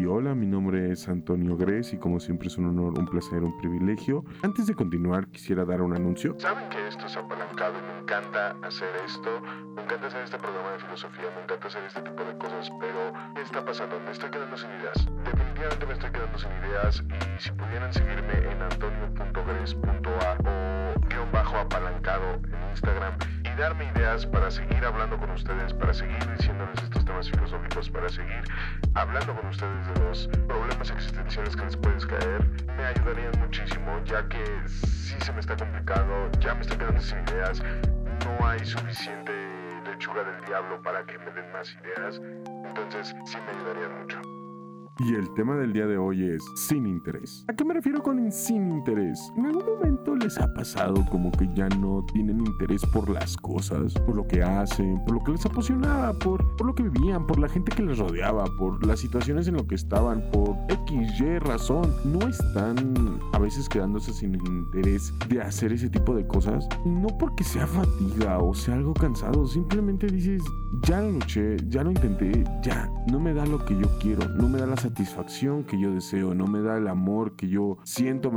hola, mi nombre es Antonio Gres y como siempre es un honor, un placer, un privilegio. Antes de continuar, quisiera dar un anuncio. Saben que esto es apalancado y me encanta hacer esto, me encanta hacer este programa de filosofía, me encanta hacer este tipo de cosas, pero ¿qué está pasando? Me estoy quedando sin ideas. Definitivamente me estoy quedando sin ideas y si pudieran seguirme en antonio.gres.a o _apalancado en Instagram y darme ideas para seguir hablando con ustedes, para seguir diciéndoles estos temas filosóficos, para seguir hablando con ustedes de los problemas existenciales que les puedes caer, me ayudarían muchísimo, ya que sí se me está complicando, ya me estoy quedando sin ideas, no hay suficiente lechuga del diablo para que me den más ideas, entonces sí me ayudarían mucho. Y el tema del día de hoy es sin interés. ¿A qué me refiero con sin interés? ¿En algún momento les ha pasado como que ya no tienen interés por las cosas, por lo que hacen, por lo que les apasionaba, por lo que vivían, por la gente que les rodeaba, por las situaciones en lo que estaban, por X, Y razón? ¿No están a veces quedándose sin interés de hacer ese tipo de cosas? Y no porque sea fatiga o sea algo cansado, simplemente dices, ya lo luché, ya lo intenté, ya, no me da lo que yo quiero, no me da la satisfacción que yo deseo, no me da el amor que yo siento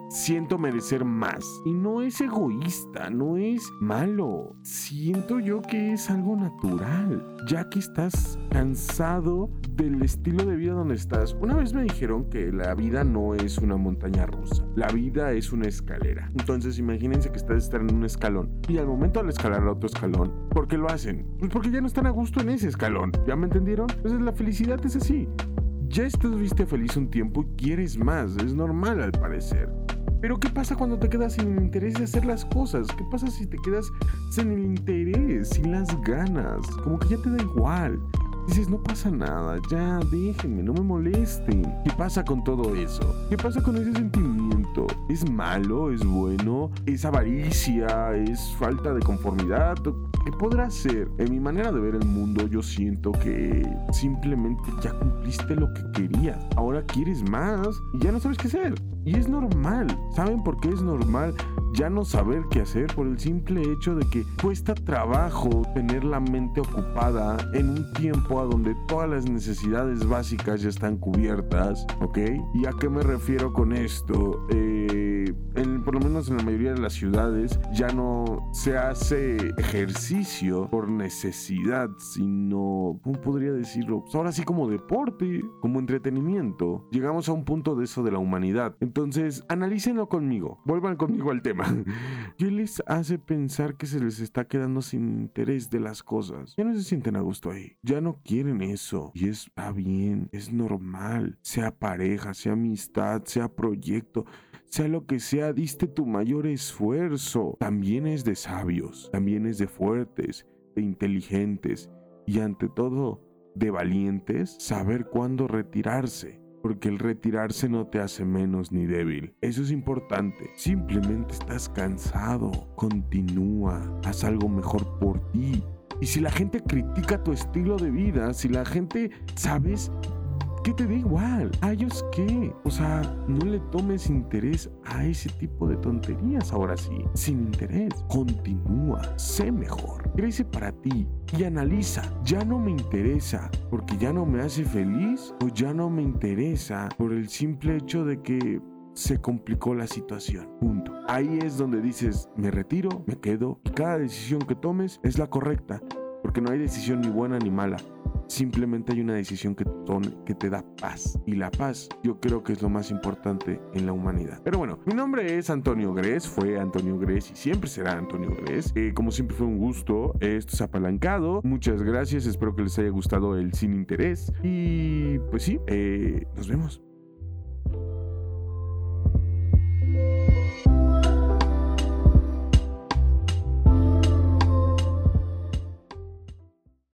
merecer más. Y no es egoísta, no es malo, siento yo que es algo natural, ya que estás cansado del estilo de vida donde estás. Una vez me dijeron que la vida no es una montaña rusa, la vida es una escalera. Entonces imagínense que están en un escalón y al momento de escalar a otro escalón, ¿por qué lo hacen? Pues porque ya no están a gusto en ese escalón, ¿ya me entendieron? Entonces la felicidad es así. Ya estuviste feliz un tiempo y quieres más, es normal al parecer. Pero ¿qué pasa cuando te quedas sin el interés de hacer las cosas? ¿Qué pasa si te quedas sin el interés, sin las ganas? Como que ya te da igual. Dices, no pasa nada, ya déjenme, no me molesten. ¿Qué pasa con todo eso? ¿Qué pasa con ese sentimiento? ¿Es malo? ¿Es bueno? ¿Es avaricia? ¿Es falta de conformidad? ¿Qué podrá ser? En mi manera de ver el mundo, yo siento que simplemente ya cumpliste lo que querías. Ahora quieres más y ya no sabes qué hacer. Y es normal. ¿Saben por qué es normal ya no saber qué hacer? Por el simple hecho de que cuesta trabajo tener la mente ocupada en un tiempo a donde todas las necesidades básicas ya están cubiertas, ¿ok? ¿Y a qué me refiero con esto? Por lo menos en la mayoría de las ciudades ya no se hace ejercicio por necesidad, sino, ¿cómo podría decirlo? Pues ahora sí como deporte, como entretenimiento. Llegamos a un punto de eso de la humanidad. Entonces, analícenlo conmigo, vuelvan conmigo al tema. ¿Qué les hace pensar que se les está quedando sin interés de las cosas? Ya no se sienten a gusto ahí, ya no quieren eso. Y está bien, es normal. Sea pareja, sea amistad, sea proyecto, sea lo que sea, diste tu mayor esfuerzo. También es de sabios, también es de fuertes, de inteligentes y ante todo de valientes saber cuándo retirarse. Porque el retirarse no te hace menos ni débil. Eso es importante. Simplemente estás cansado. Continúa. Haz algo mejor por ti. Y si la gente critica tu estilo de vida, si la gente, ¿sabes? ¿Qué te da igual? ¿A ellos qué? O sea, no le tomes interés a ese tipo de tonterías ahora sí. Sin interés. Continúa. Sé mejor. Crece para ti. Y analiza. ¿Ya no me interesa porque ya no me hace feliz? ¿O ya no me interesa por el simple hecho de que se complicó la situación? Punto. Ahí es donde dices, me retiro, me quedo. Y cada decisión que tomes es la correcta. Porque no hay decisión ni buena ni mala. Simplemente hay una decisión que te da paz. Y la paz yo creo que es lo más importante en la humanidad. Pero bueno, mi nombre es Antonio Gres. Fue Antonio Gres y siempre será Antonio Gres. Como siempre fue un gusto. Esto es Apalancado. Muchas gracias. Espero que les haya gustado el sin interés. Y pues sí, nos vemos.